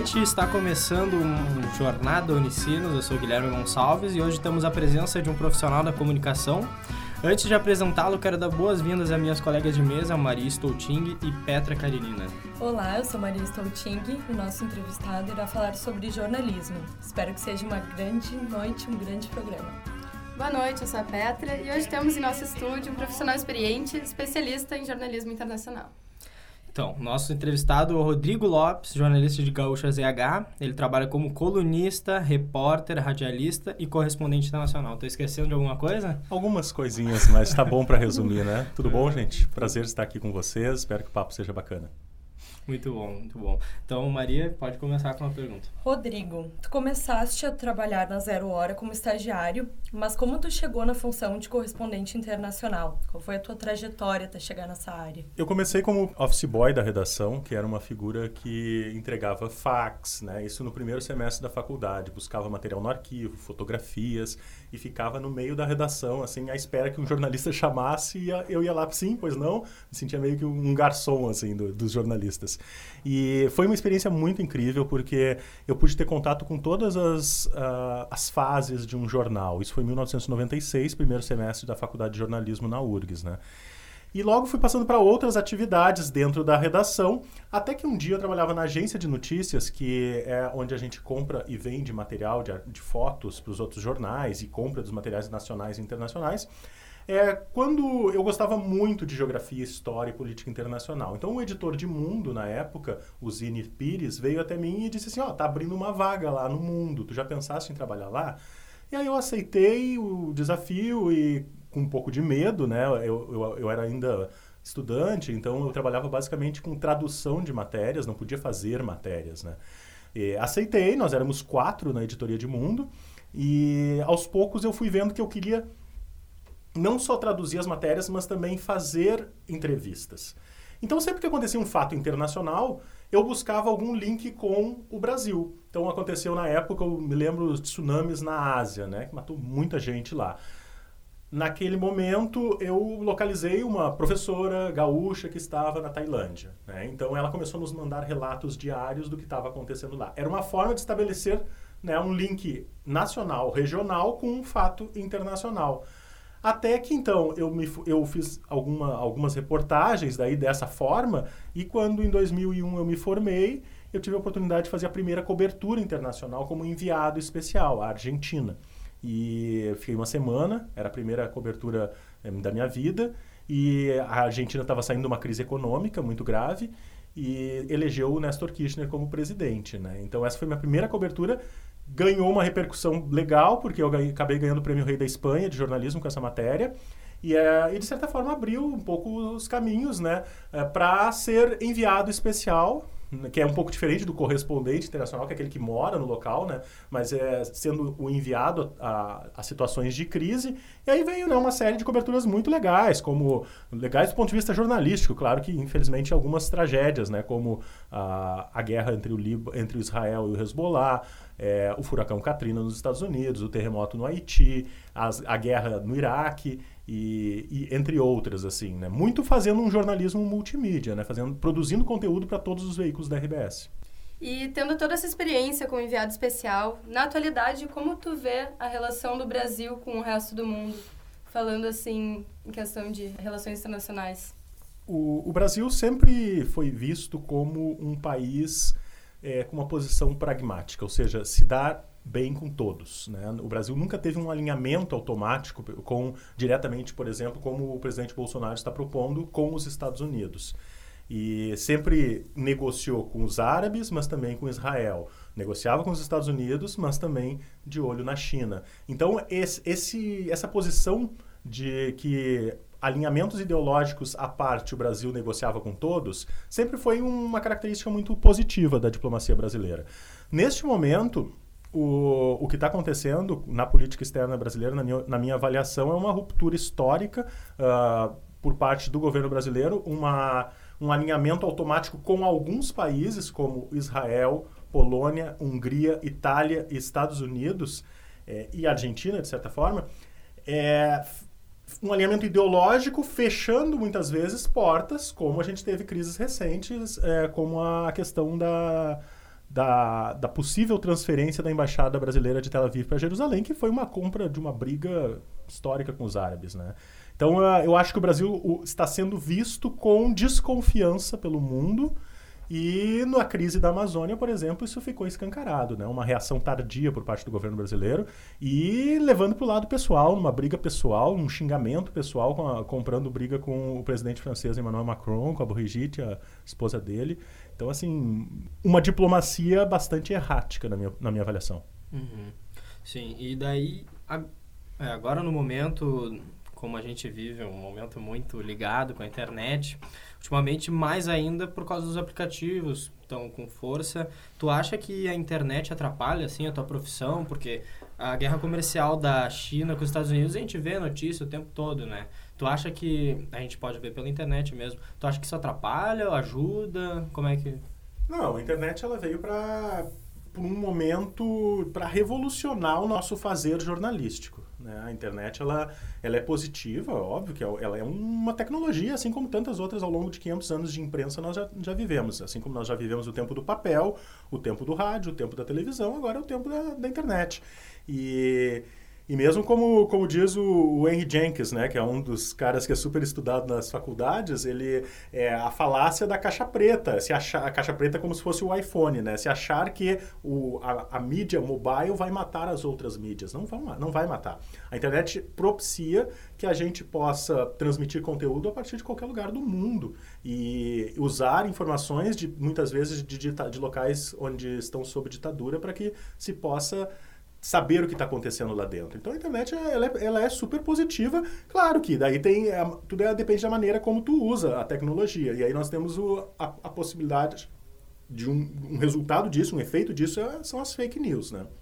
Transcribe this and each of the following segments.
noite, está começando um Jornada Unicinos, eu sou Guilherme Gonçalves e hoje temos a presença de um profissional da comunicação. Antes de apresentá-lo, quero dar boas-vindas a minhas colegas de mesa, Maria Stolting e Petra Karenina. Olá, eu sou Maria Stolting e o nosso entrevistado irá falar sobre jornalismo. Espero que seja uma grande noite, um grande programa. Boa noite, eu sou a Petra e hoje temos em nosso estúdio um profissional experiente, especialista em jornalismo internacional. Então, nosso entrevistado é o Rodrigo Lopes, jornalista de Gaúcha ZH. Ele trabalha como colunista, repórter, radialista e correspondente internacional. Estou esquecendo de alguma coisa? Algumas coisinhas, mas está bom para resumir, né? Tudo bom, gente? Prazer estar aqui com vocês. Espero que o papo seja bacana. Muito bom, muito bom. Então, Maria, pode começar com uma pergunta. Rodrigo, tu começaste a trabalhar na Zero Hora como estagiário, mas como tu chegou na função de correspondente internacional? Qual foi a tua trajetória até chegar nessa área? Eu comecei como office boy da redação, que era uma figura que entregava fax, né? Isso no primeiro semestre da faculdade. Buscava material no arquivo, fotografias e ficava no meio da redação, assim, à espera que um jornalista chamasse e eu ia lá, sim, pois não. Me sentia meio que um garçom, assim, dos jornalistas. E foi uma experiência muito incrível porque eu pude ter contato com todas as fases de um jornal. Isso foi em 1996, primeiro semestre da Faculdade de Jornalismo na URGS, né? E logo fui passando para outras atividades dentro da redação, até que um dia eu trabalhava na agência de notícias, que é onde a gente compra e vende material de fotos para os outros jornais e compra dos materiais nacionais e internacionais. Quando eu gostava muito de geografia, história e política internacional. Então, o editor de Mundo, na época, o Zini Pires, veio até mim e disse assim, tá abrindo uma vaga lá no Mundo, tu já pensaste em trabalhar lá? E aí eu aceitei o desafio e com um pouco de medo, né? Eu era ainda estudante, então eu trabalhava basicamente com tradução de matérias, não podia fazer matérias, né? E aceitei, nós éramos 4 na editoria de Mundo e aos poucos eu fui vendo que eu queria não só traduzir as matérias, mas também fazer entrevistas. Então, sempre que acontecia um fato internacional, eu buscava algum link com o Brasil. Então, aconteceu na época, eu me lembro, de tsunamis na Ásia, né, que matou muita gente lá. Naquele momento, eu localizei uma professora gaúcha que estava na Tailândia, né? Então, ela começou a nos mandar relatos diários do que estava acontecendo lá. Era uma forma de estabelecer, né, um link nacional, regional, com um fato internacional. Até que, então, eu fiz algumas reportagens daí dessa forma e quando, em 2001, eu me formei, eu tive a oportunidade de fazer a primeira cobertura internacional como enviado especial à Argentina. E fiquei uma semana, era a primeira cobertura da minha vida, e a Argentina estava saindo de uma crise econômica muito grave e elegeu o Néstor Kirchner como presidente, né? Então, essa foi minha primeira cobertura. Ganhou uma repercussão legal, porque eu acabei ganhando o Prêmio Rei da Espanha de jornalismo com essa matéria. E de certa forma, abriu um pouco os caminhos, né, para ser enviado especial, que é um pouco diferente do correspondente internacional, que é aquele que mora no local, né, mas sendo o enviado a situações de crise. E aí veio, né, uma série de coberturas muito legais, legais do ponto de vista jornalístico, claro que, infelizmente, algumas tragédias, né, como a guerra entre o Israel e o Hezbollah, o furacão Katrina nos Estados Unidos, o terremoto no Haiti, a guerra no Iraque e entre outras, assim, né? Muito fazendo um jornalismo multimídia, né? Produzindo conteúdo para todos os veículos da RBS. E tendo toda essa experiência como enviado especial, na atualidade, como tu vê a relação do Brasil com o resto do mundo? Falando, assim, em questão de relações internacionais. O Brasil sempre foi visto como um país com uma posição pragmática, ou seja, se dar bem com todos, né? O Brasil nunca teve um alinhamento automático diretamente, por exemplo, como o presidente Bolsonaro está propondo com os Estados Unidos. E sempre negociou com os árabes, mas também com Israel. Negociava com os Estados Unidos, mas também de olho na China. Então, essa posição de que alinhamentos ideológicos à parte o Brasil negociava com todos, sempre foi uma característica muito positiva da diplomacia brasileira. Neste momento, o que está acontecendo na política externa brasileira, na minha avaliação, é uma ruptura histórica por parte do governo brasileiro, um alinhamento automático com alguns países, como Israel, Polônia, Hungria, Itália, Estados Unidos e Argentina, de certa forma, um alinhamento ideológico fechando muitas vezes portas, como a gente teve crises recentes, como a questão da possível transferência da Embaixada Brasileira de Tel Aviv para Jerusalém, que foi uma compra de uma briga histórica com os árabes, né? Então, eu acho que o Brasil está sendo visto com desconfiança pelo mundo e na crise da Amazônia, por exemplo, isso ficou escancarado, né? Uma reação tardia por parte do governo brasileiro e levando para o lado pessoal, numa briga pessoal, um xingamento pessoal, comprando briga com o presidente francês Emmanuel Macron, com a Brigitte, a esposa dele. Então, assim, uma diplomacia bastante errática na minha avaliação. Uhum. Sim, e daí, agora no momento, como a gente vive, um momento muito ligado com a internet, ultimamente mais ainda por causa dos aplicativos, estão com força. Tu acha que a internet atrapalha, assim, a tua profissão? Porque a guerra comercial da China com os Estados Unidos, a gente vê notícia o tempo todo, né? Tu acha que, a gente pode ver pela internet mesmo, tu acha que isso atrapalha ou ajuda? Como é que... Não, a internet ela veio por um momento para revolucionar o nosso fazer jornalístico, né? A internet ela é positiva, óbvio que ela é uma tecnologia, assim como tantas outras ao longo de 500 anos de imprensa nós já vivemos. Assim como nós já vivemos o tempo do papel, o tempo do rádio, o tempo da televisão, agora é o tempo da internet. E mesmo como diz o Henry Jenkins, né, que é um dos caras que é super estudado nas faculdades, ele é a falácia da caixa preta. Se achar a caixa preta é como se fosse o iPhone, né? Se achar que a mídia mobile vai matar as outras mídias. Não vai matar. A internet propicia que a gente possa transmitir conteúdo a partir de qualquer lugar do mundo e usar informações, muitas vezes, de locais onde estão sob ditadura para que se possa saber o que está acontecendo lá dentro. Então, a internet ela é super positiva. Claro que daí tudo depende da maneira como tu usa a tecnologia. E aí nós temos a possibilidade de um resultado disso, um efeito disso, são as fake news, né?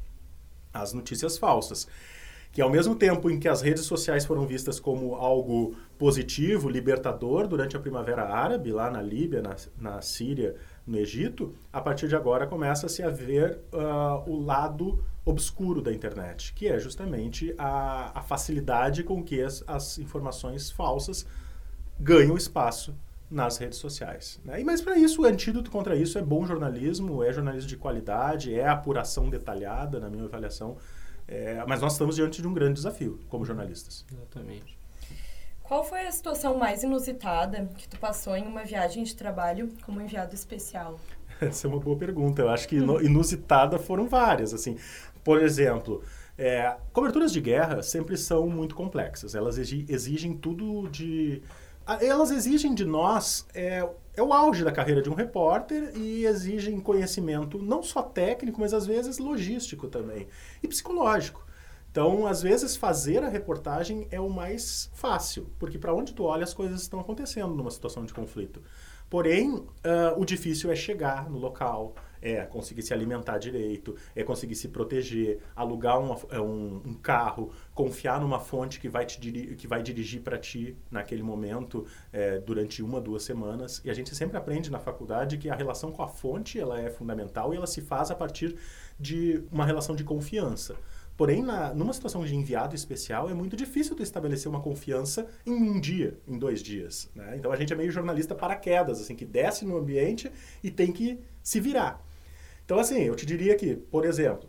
As notícias falsas. Que ao mesmo tempo em que as redes sociais foram vistas como algo positivo, libertador, durante a Primavera Árabe, lá na Líbia, na Síria, no Egito, a partir de agora começa-se a ver o lado obscuro da internet, que é justamente a facilidade com que as informações falsas ganham espaço nas redes sociais, né? Mas para isso, o antídoto contra isso é bom jornalismo, é jornalismo de qualidade, é apuração detalhada, na minha avaliação. Mas nós estamos diante de um grande desafio como jornalistas. Exatamente. Qual foi a situação mais inusitada que tu passou em uma viagem de trabalho como enviado especial? Essa é uma boa pergunta. Eu acho que inusitada foram várias. Assim, por exemplo, coberturas de guerra sempre são muito complexas. Elas exigem tudo de... Elas exigem de nós... É o auge da carreira de um repórter e exigem conhecimento não só técnico, mas às vezes logístico também. E psicológico. Então, às vezes, fazer a reportagem é o mais fácil, porque para onde tu olha as coisas estão acontecendo numa situação de conflito. Porém, o difícil é chegar no local, conseguir se alimentar direito, conseguir se proteger, alugar um carro, confiar numa fonte que vai dirigir para ti naquele momento durante 1 ou 2 semanas. E a gente sempre aprende na faculdade que a relação com a fonte ela é fundamental e ela se faz a partir de uma relação de confiança. Porém, numa situação de enviado especial, é muito difícil tu estabelecer uma confiança em 1 dia, em 2 dias, né? Então, a gente é meio jornalista paraquedas, assim, que desce no ambiente e tem que se virar. Então, assim, eu te diria que, por exemplo,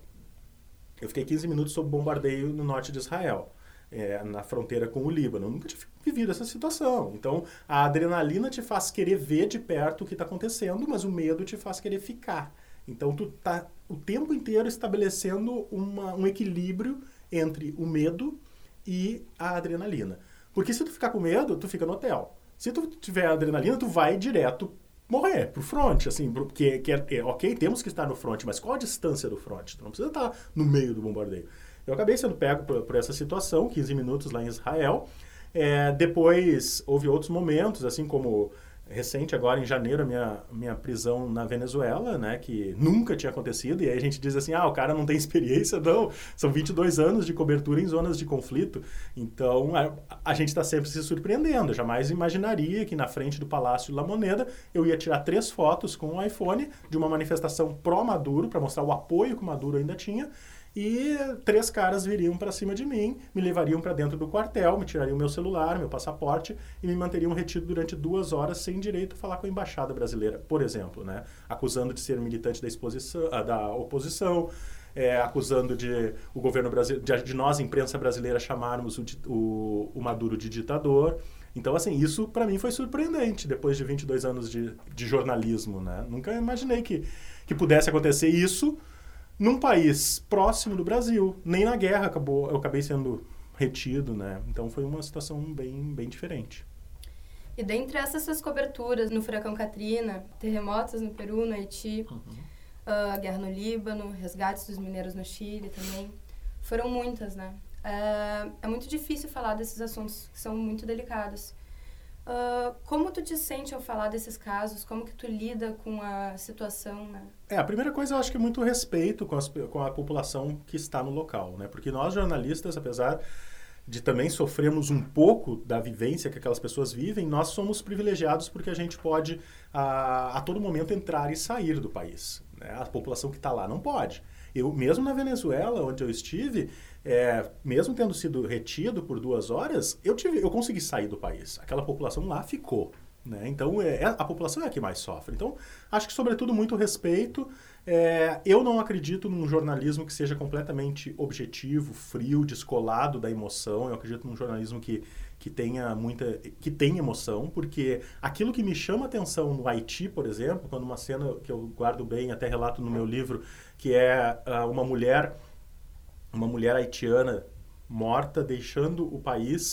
eu fiquei 15 minutos sob bombardeio no norte de Israel, na fronteira com o Líbano. Eu nunca tinha vivido essa situação. Então, a adrenalina te faz querer ver de perto o que está acontecendo, mas o medo te faz querer ficar. Então, tu tá o tempo inteiro estabelecendo um equilíbrio entre o medo e a adrenalina. Porque se tu ficar com medo, tu fica no hotel. Se tu tiver adrenalina, tu vai direto morrer pro front, assim, porque ok, temos que estar no front, mas qual a distância do front? Tu não precisa estar no meio do bombardeio. Eu acabei sendo pego por essa situação, 15 minutos lá em Israel. Depois, houve outros momentos, assim como... Recente, agora em janeiro, a minha prisão na Venezuela, né, que nunca tinha acontecido, e aí a gente diz assim, o cara não tem experiência, não, são 22 anos de cobertura em zonas de conflito, então a gente está sempre se surpreendendo. Eu jamais imaginaria que na frente do Palácio La Moneda eu ia tirar 3 fotos com o iPhone de uma manifestação pró-Maduro, para mostrar o apoio que o Maduro ainda tinha, e 3 caras viriam para cima de mim, me levariam para dentro do quartel, me tirariam meu celular, meu passaporte e me manteriam retido durante 2 horas sem direito a falar com a embaixada brasileira, por exemplo, né? Acusando de ser militante da oposição, acusando de o governo brasileiro, de nós, imprensa brasileira, chamarmos o Maduro de ditador. Então, assim, isso para mim foi surpreendente, depois de 22 anos de jornalismo, né? Nunca imaginei que pudesse acontecer isso num país próximo do Brasil. Nem na guerra eu acabei sendo retido, né? Então, foi uma situação bem, bem diferente. E dentre essas suas coberturas, no furacão Katrina, terremotos no Peru, no Haiti, a guerra no Líbano, resgates dos mineiros no Chile também, foram muitas, né? É muito difícil falar desses assuntos que são muito delicados. Como tu te sente ao falar desses casos? Como que tu lida com a situação, né? A primeira coisa eu acho que é muito respeito com a população que está no local, né? Porque nós jornalistas, apesar de também sofrermos um pouco da vivência que aquelas pessoas vivem, nós somos privilegiados porque a gente pode a todo momento entrar e sair do país, né? A população que está lá não pode. Eu, mesmo na Venezuela, onde eu estive, mesmo tendo sido retido por 2 horas, eu consegui sair do país. Aquela população lá ficou, né? Então, a população é a que mais sofre. Então, acho que, sobretudo, muito respeito. Eu não acredito num jornalismo que seja completamente objetivo, frio, descolado da emoção. Eu acredito num jornalismo que tem emoção, porque aquilo que me chama atenção no Haiti, por exemplo, quando uma cena que eu guardo bem, até relato no meu livro, que é uma mulher haitiana morta, deixando o país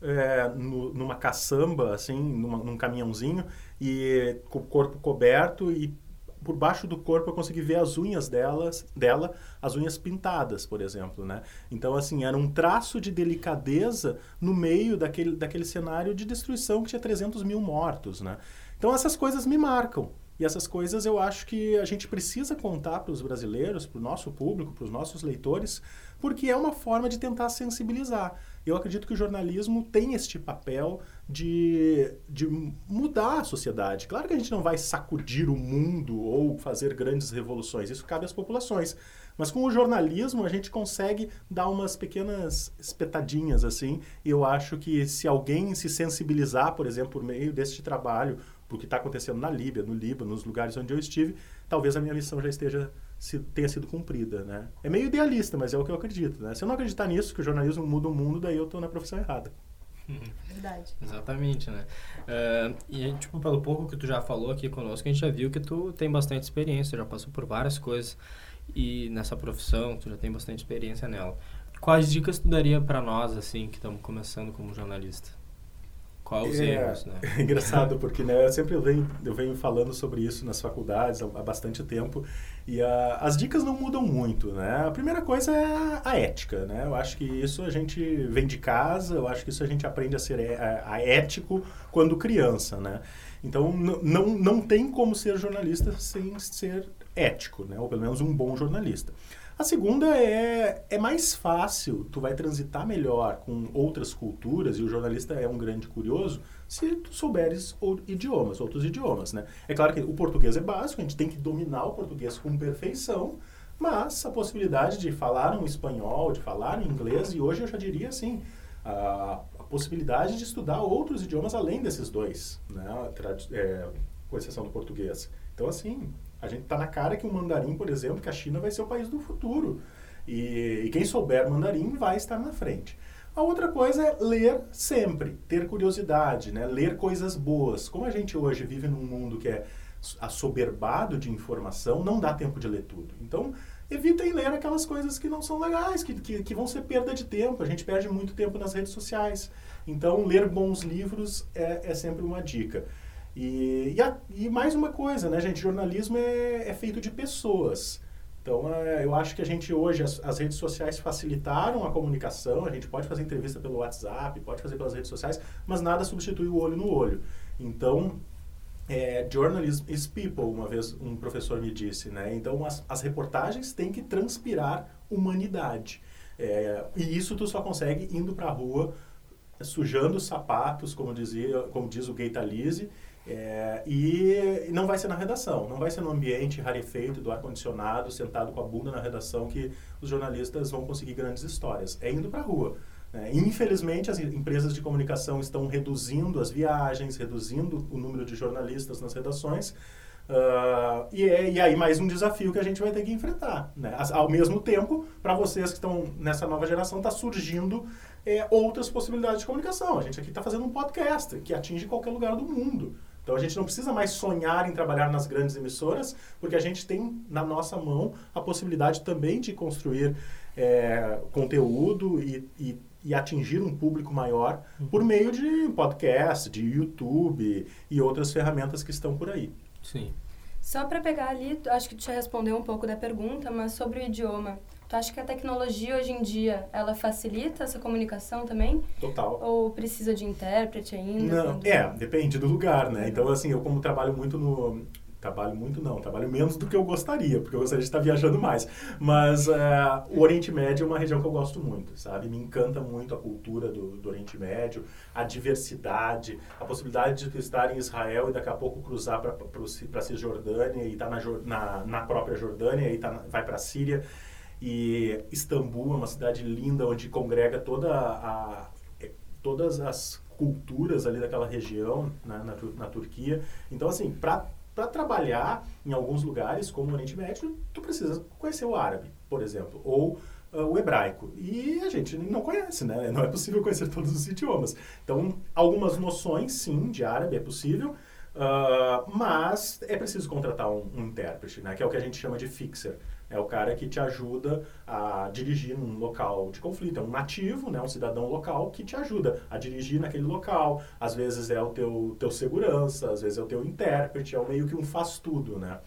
numa caçamba, assim, num caminhãozinho, e com o corpo coberto, e por baixo do corpo eu consegui ver as unhas dela, as unhas pintadas, por exemplo, né? Então, assim, era um traço de delicadeza no meio daquele cenário de destruição que tinha 300 mil mortos, né? Então, essas coisas me marcam. E essas coisas eu acho que a gente precisa contar para os brasileiros, para o nosso público, para os nossos leitores, porque é uma forma de tentar sensibilizar. Eu acredito que o jornalismo tem este papel de mudar a sociedade. Claro que a gente não vai sacudir o mundo ou fazer grandes revoluções, isso cabe às populações. Mas com o jornalismo a gente consegue dar umas pequenas espetadinhas, assim, e eu acho que se alguém se sensibilizar, por exemplo, por meio deste trabalho, para o que está acontecendo na Líbia, no Líbano, nos lugares onde eu estive, talvez a minha missão já tenha sido cumprida, né? É meio idealista, mas é o que eu acredito, né? Se eu não acreditar nisso, que o jornalismo muda o mundo, daí eu estou na profissão errada. Verdade. Exatamente, né? E, tipo, pelo pouco que tu já falou aqui conosco, a gente já viu que tu tem bastante experiência, já passou por várias coisas e nessa profissão, tu já tem bastante experiência nela. Quais dicas tu daria para nós, assim, que estamos começando como jornalista? Quais os erros, né? É engraçado, porque né, eu venho falando sobre isso nas faculdades há bastante tempo e as dicas não mudam muito, né? A primeira coisa é a ética, né? Eu acho que isso a gente vem de casa, eu acho que isso a gente aprende a ser ético quando criança, né? Então, não tem como ser jornalista sem ser ético, né? Ou pelo menos um bom jornalista. A segunda é mais fácil, tu vai transitar melhor com outras culturas, e o jornalista é um grande curioso, se tu souberes outros idiomas, né? É claro que o português é básico, a gente tem que dominar o português com perfeição, mas a possibilidade de falar um espanhol, de falar um inglês, e hoje eu já diria assim, a possibilidade de estudar outros idiomas além desses dois, né? Com exceção do português. Então, assim, a gente está na cara que o mandarim, por exemplo, que a China vai ser o país do futuro. E quem souber mandarim vai estar na frente. A outra coisa é ler sempre, ter curiosidade, né? Ler coisas boas. Como a gente hoje vive num mundo que é assoberbado de informação, não dá tempo de ler tudo. Então, evitem ler aquelas coisas que não são legais, que vão ser perda de tempo. A gente perde muito tempo nas redes sociais. Então, ler bons livros é sempre uma dica. E mais uma coisa, né, gente? Jornalismo é feito de pessoas. Então, eu acho que a gente hoje, as redes sociais facilitaram a comunicação, a gente pode fazer entrevista pelo WhatsApp, pode fazer pelas redes sociais, mas nada substitui o olho no olho. Então, journalism is people, uma vez um professor me disse, né? Então, as reportagens têm que transpirar humanidade. E isso tu só consegue indo para a rua, sujando os sapatos, como diz o Gay Talese, E não vai ser na redação, não vai ser no ambiente rarefeito do ar-condicionado, sentado com a bunda na redação, que os jornalistas vão conseguir grandes histórias. É indo para a rua. Infelizmente, as empresas de comunicação estão reduzindo as viagens, reduzindo o número de jornalistas nas redações, e aí mais um desafio que a gente vai ter que enfrentar, né? Ao mesmo tempo, para vocês que estão nessa nova geração, está surgindo outras possibilidades de comunicação. A gente aqui está fazendo um podcast que atinge qualquer lugar do mundo. Então, a gente não precisa mais sonhar em trabalhar nas grandes emissoras, porque a gente tem na nossa mão a possibilidade também de construir conteúdo e atingir um público maior por meio de podcast, de YouTube e outras ferramentas que estão por aí. Sim. Só para pegar ali, acho que tu já respondeu um pouco da pergunta, mas sobre o idioma. Tu acha que a tecnologia hoje em dia, ela facilita essa comunicação também? Total. Ou precisa de intérprete ainda? Não, depende do lugar, né? Então, assim, eu como trabalho menos do que eu gostaria, porque eu gostaria de estar viajando mais. Mas o Oriente Médio é uma região que eu gosto muito, sabe? Me encanta muito a cultura do Oriente Médio, a diversidade, a possibilidade de estar em Israel e daqui a pouco cruzar para a Cisjordânia e estar na própria Jordânia e vai para a Síria. E Istambul é uma cidade linda onde congrega todas as culturas ali daquela região, né, na Turquia. Então, assim, para trabalhar em alguns lugares, como o Oriente Médio, tu precisa conhecer o árabe, por exemplo, ou o hebraico. E a gente não conhece, né? Não é possível conhecer todos os idiomas. Então, algumas noções, sim, de árabe é possível, mas é preciso contratar um intérprete, né? Que é o que a gente chama de fixer. É o cara que te ajuda a dirigir num local de conflito. É um nativo, né, um cidadão local que te ajuda a dirigir naquele local. Às vezes é o teu segurança, às vezes é o teu intérprete, é meio que um faz-tudo, né?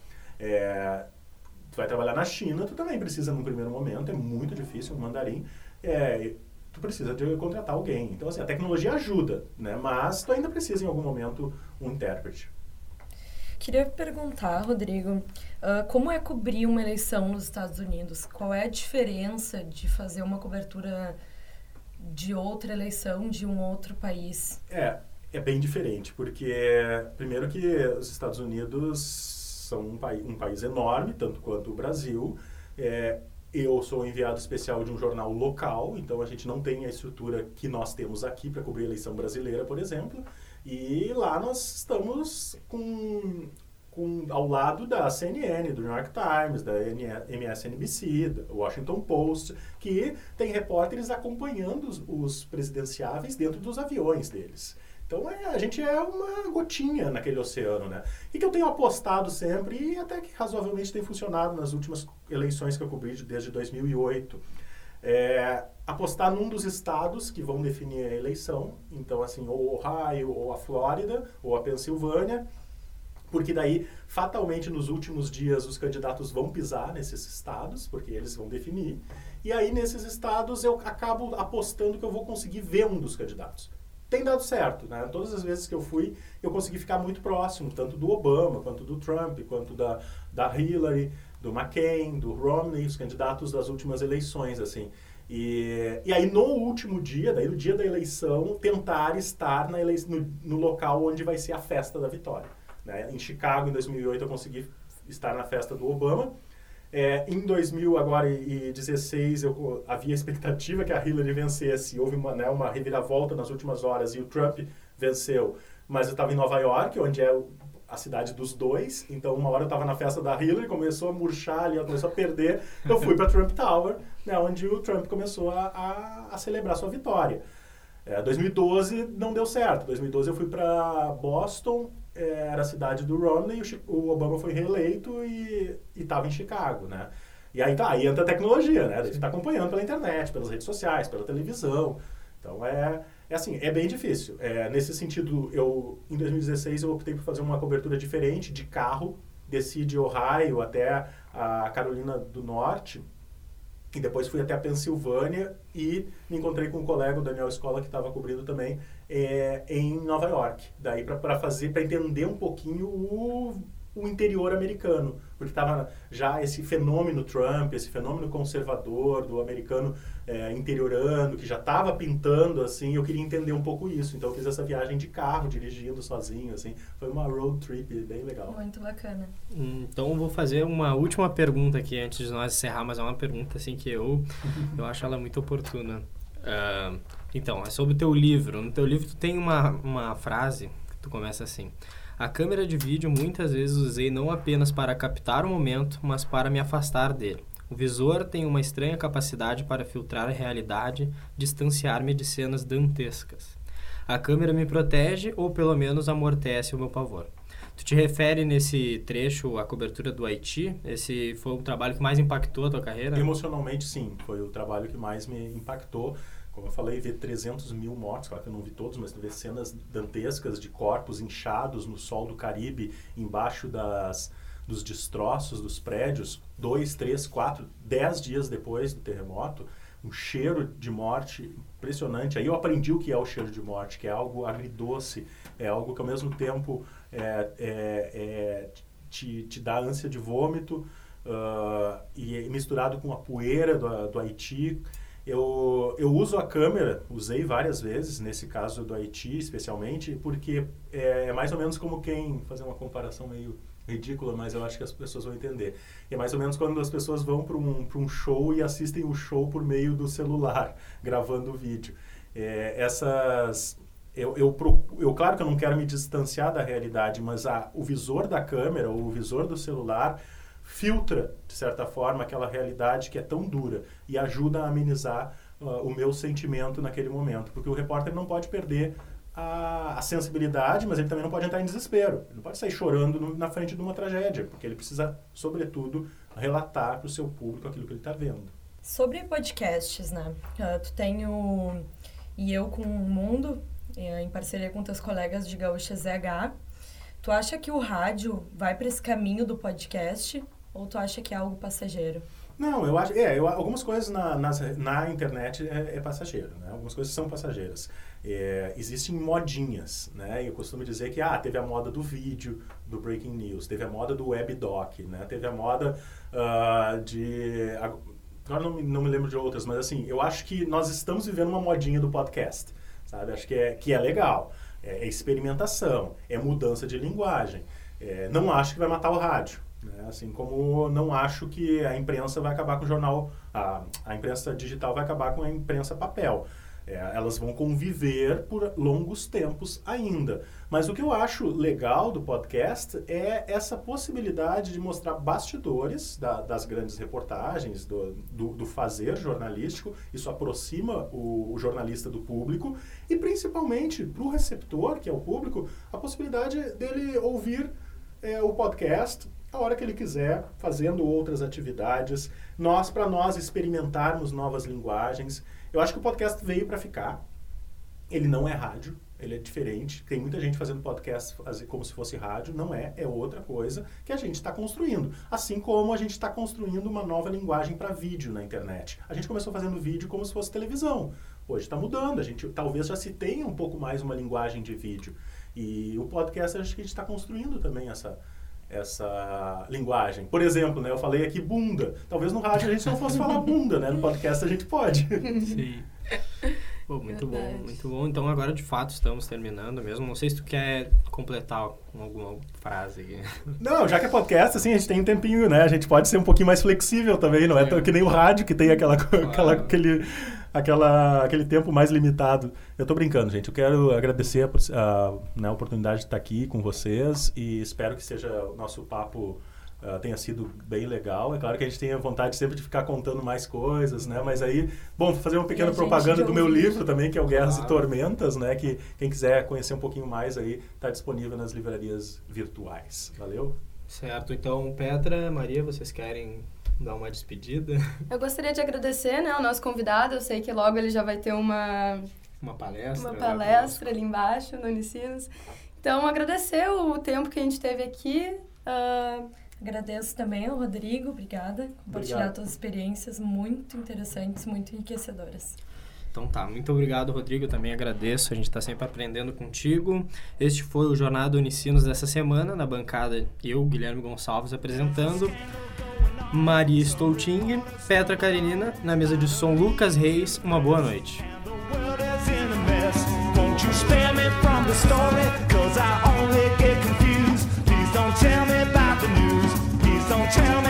Tu vai trabalhar na China, tu também precisa, num primeiro momento, é muito difícil, um mandarim, tu precisa de contratar alguém. Então, assim, a tecnologia ajuda, né? Mas tu ainda precisa, em algum momento, um intérprete. Queria perguntar, Rodrigo, como é cobrir uma eleição nos Estados Unidos? Qual é a diferença de fazer uma cobertura de outra eleição de um outro país? É bem diferente, porque primeiro que os Estados Unidos são um país enorme, tanto quanto o Brasil. Eu sou enviado especial de um jornal local, então a gente não tem a estrutura que nós temos aqui para cobrir a eleição brasileira, por exemplo. E lá nós estamos ao lado da CNN, do New York Times, da MSNBC, do Washington Post, que tem repórteres acompanhando os presidenciáveis dentro dos aviões deles. Então, a gente é uma gotinha naquele oceano, né? E que eu tenho apostado sempre, e até que razoavelmente tem funcionado nas últimas eleições que eu cobri desde 2008. Apostar num dos estados que vão definir a eleição, então assim, ou o Ohio, ou a Flórida, ou a Pensilvânia, porque daí, fatalmente, nos últimos dias, os candidatos vão pisar nesses estados, porque eles vão definir, e aí nesses estados eu acabo apostando que eu vou conseguir ver um dos candidatos. Tem dado certo, né? Todas as vezes que eu fui, eu consegui ficar muito próximo, tanto do Obama, quanto do Trump, quanto da Hillary, do McCain, do Romney, os candidatos das últimas eleições, assim. E aí, no último dia, daí no dia da eleição, tentar estar no local onde vai ser a festa da vitória, né? Em Chicago, em 2008, eu consegui estar na festa do Obama. Em 2016, havia a expectativa que a Hillary vencesse. Houve uma reviravolta nas últimas horas e o Trump venceu. Mas eu estava em Nova York, onde é a cidade dos dois. Então, uma hora eu estava na festa da Hillary, começou a murchar ali, ela começou a perder. Eu fui para Trump Tower, né, onde o Trump começou a celebrar sua vitória. 2012 não deu certo. 2012 eu fui para Boston, era a cidade do Romney, o Obama foi reeleito e estava em Chicago, né? E aí entra a tecnologia, né? A gente está acompanhando pela internet, pelas redes sociais, pela televisão. Então, assim, é bem difícil. Nesse sentido, em 2016, eu optei por fazer uma cobertura diferente de carro, desci de Ohio até a Carolina do Norte, e depois fui até a Pensilvânia e me encontrei com um colega, o Daniel Escola, que estava cobrindo também em Nova York. Daí para entender um pouquinho o o interior americano, porque estava já esse fenômeno Trump, esse fenômeno conservador do americano interiorano, que já estava pintando, assim, eu queria entender um pouco isso. Então eu fiz essa viagem de carro, dirigindo sozinho, assim. Foi uma road trip bem legal. Muito bacana. Então eu vou fazer uma última pergunta aqui antes de nós encerrar, mas é uma pergunta assim que eu acho ela muito oportuna. Então, é sobre o teu livro. No teu livro tu tem uma frase que tu começa assim: a câmera de vídeo muitas vezes usei não apenas para captar o momento, mas para me afastar dele. O visor tem uma estranha capacidade para filtrar a realidade, distanciar-me de cenas dantescas. A câmera me protege ou pelo menos amortece o meu pavor. Tu te refere nesse trecho à cobertura do Haiti? Esse foi o trabalho que mais impactou a tua carreira? Emocionalmente, sim. Foi o trabalho que mais me impactou. Como eu falei, ver 300 mil mortos, claro que eu não vi todos, mas ver cenas dantescas de corpos inchados no sol do Caribe, embaixo dos destroços dos prédios, 2, 3, 4, 10 dias depois do terremoto, um cheiro de morte impressionante. Aí eu aprendi o que é o cheiro de morte, que é algo agridoce, é algo que ao mesmo tempo te dá ânsia de vômito, e misturado com a poeira do Haiti. Eu uso a câmera, usei várias vezes, nesse caso do Haiti especialmente, porque é mais ou menos como fazer uma comparação meio ridícula, mas eu acho que as pessoas vão entender. É mais ou menos quando as pessoas vão para um show e assistem o show por meio do celular, gravando o vídeo. Claro que eu não quero me distanciar da realidade, mas o visor da câmera, ou o visor do celular, filtra, de certa forma, aquela realidade que é tão dura e ajuda a amenizar o meu sentimento naquele momento. Porque o repórter não pode perder a sensibilidade, mas ele também não pode entrar em desespero. Ele não pode sair chorando na frente de uma tragédia, porque ele precisa, sobretudo, relatar para o seu público aquilo que ele está vendo. Sobre podcasts, né? Tu tem o E Eu com o Mundo, em parceria com teus colegas de Gaúcha ZH. Tu acha que o rádio vai para esse caminho do podcast ou tu acha que é algo passageiro? Não, eu acho... algumas coisas na internet é passageiro, né? Algumas coisas são passageiras. Existem modinhas, né? Eu costumo dizer que teve a moda do vídeo, do breaking news, teve a moda do webdoc, né? Teve a moda agora não me lembro de outras, mas assim, eu acho que nós estamos vivendo uma modinha do podcast, sabe? Acho que é legal. É experimentação, é mudança de linguagem. Não acho que vai matar o rádio. Né? Assim como não acho que a imprensa vai acabar com o jornal, a imprensa digital vai acabar com a imprensa papel. Elas vão conviver por longos tempos ainda. Mas o que eu acho legal do podcast é essa possibilidade de mostrar bastidores das grandes reportagens, do fazer jornalístico. Isso aproxima o jornalista do público e, principalmente, para o receptor, que é o público, a possibilidade dele ouvir o podcast a hora que ele quiser, fazendo outras atividades, para nós experimentarmos novas linguagens. Eu acho que o podcast veio para ficar. Ele não é rádio, ele é diferente. Tem muita gente fazendo podcast como se fosse rádio. Não é outra coisa que a gente está construindo. Assim como a gente está construindo uma nova linguagem para vídeo na internet. A gente começou fazendo vídeo como se fosse televisão. Hoje está mudando. A gente talvez já se tenha um pouco mais uma linguagem de vídeo. E o podcast, acho que a gente está construindo também essa linguagem. Por exemplo, né, eu falei aqui bunda. Talvez no rádio a gente não fosse falar bunda, né? No podcast a gente pode. Sim. Pô, muito bom, muito bom. Então agora de fato estamos terminando mesmo. Não sei se tu quer completar alguma frase aqui. Não, já que é podcast, assim, a gente tem um tempinho, né? A gente pode ser um pouquinho mais flexível também, não é que nem o rádio que tem aquele tempo mais limitado. Eu tô brincando, gente. Eu quero agradecer a oportunidade de estar aqui com vocês e espero que o nosso papo tenha sido bem legal. É claro que a gente tem a vontade sempre de ficar contando mais coisas, né? Mas aí, bom, fazer uma pequena propaganda do meu livro também, que é o Guerras e Tormentas, né? Que quem quiser conhecer um pouquinho mais aí, está disponível nas livrarias virtuais. Valeu? Certo. Então, Petra, Maria, vocês querem dar uma despedida? Eu gostaria de agradecer, né, ao nosso convidado. Eu sei que logo ele já vai ter uma palestra ali embaixo, no Unicinos. Então, agradecer o tempo que a gente teve aqui. Agradeço também ao Rodrigo, obrigada. Compartilhar todas as experiências muito interessantes, muito enriquecedoras. Então tá, muito obrigado, Rodrigo, eu também agradeço, a gente está sempre aprendendo contigo. Este foi o Jornada Unicinos dessa semana, na bancada eu, Guilherme Gonçalves, apresentando, Maria Stolting, Petra Karenina, na mesa de som Lucas Reis, uma boa noite. Don't tell me about the news. Please don't tell me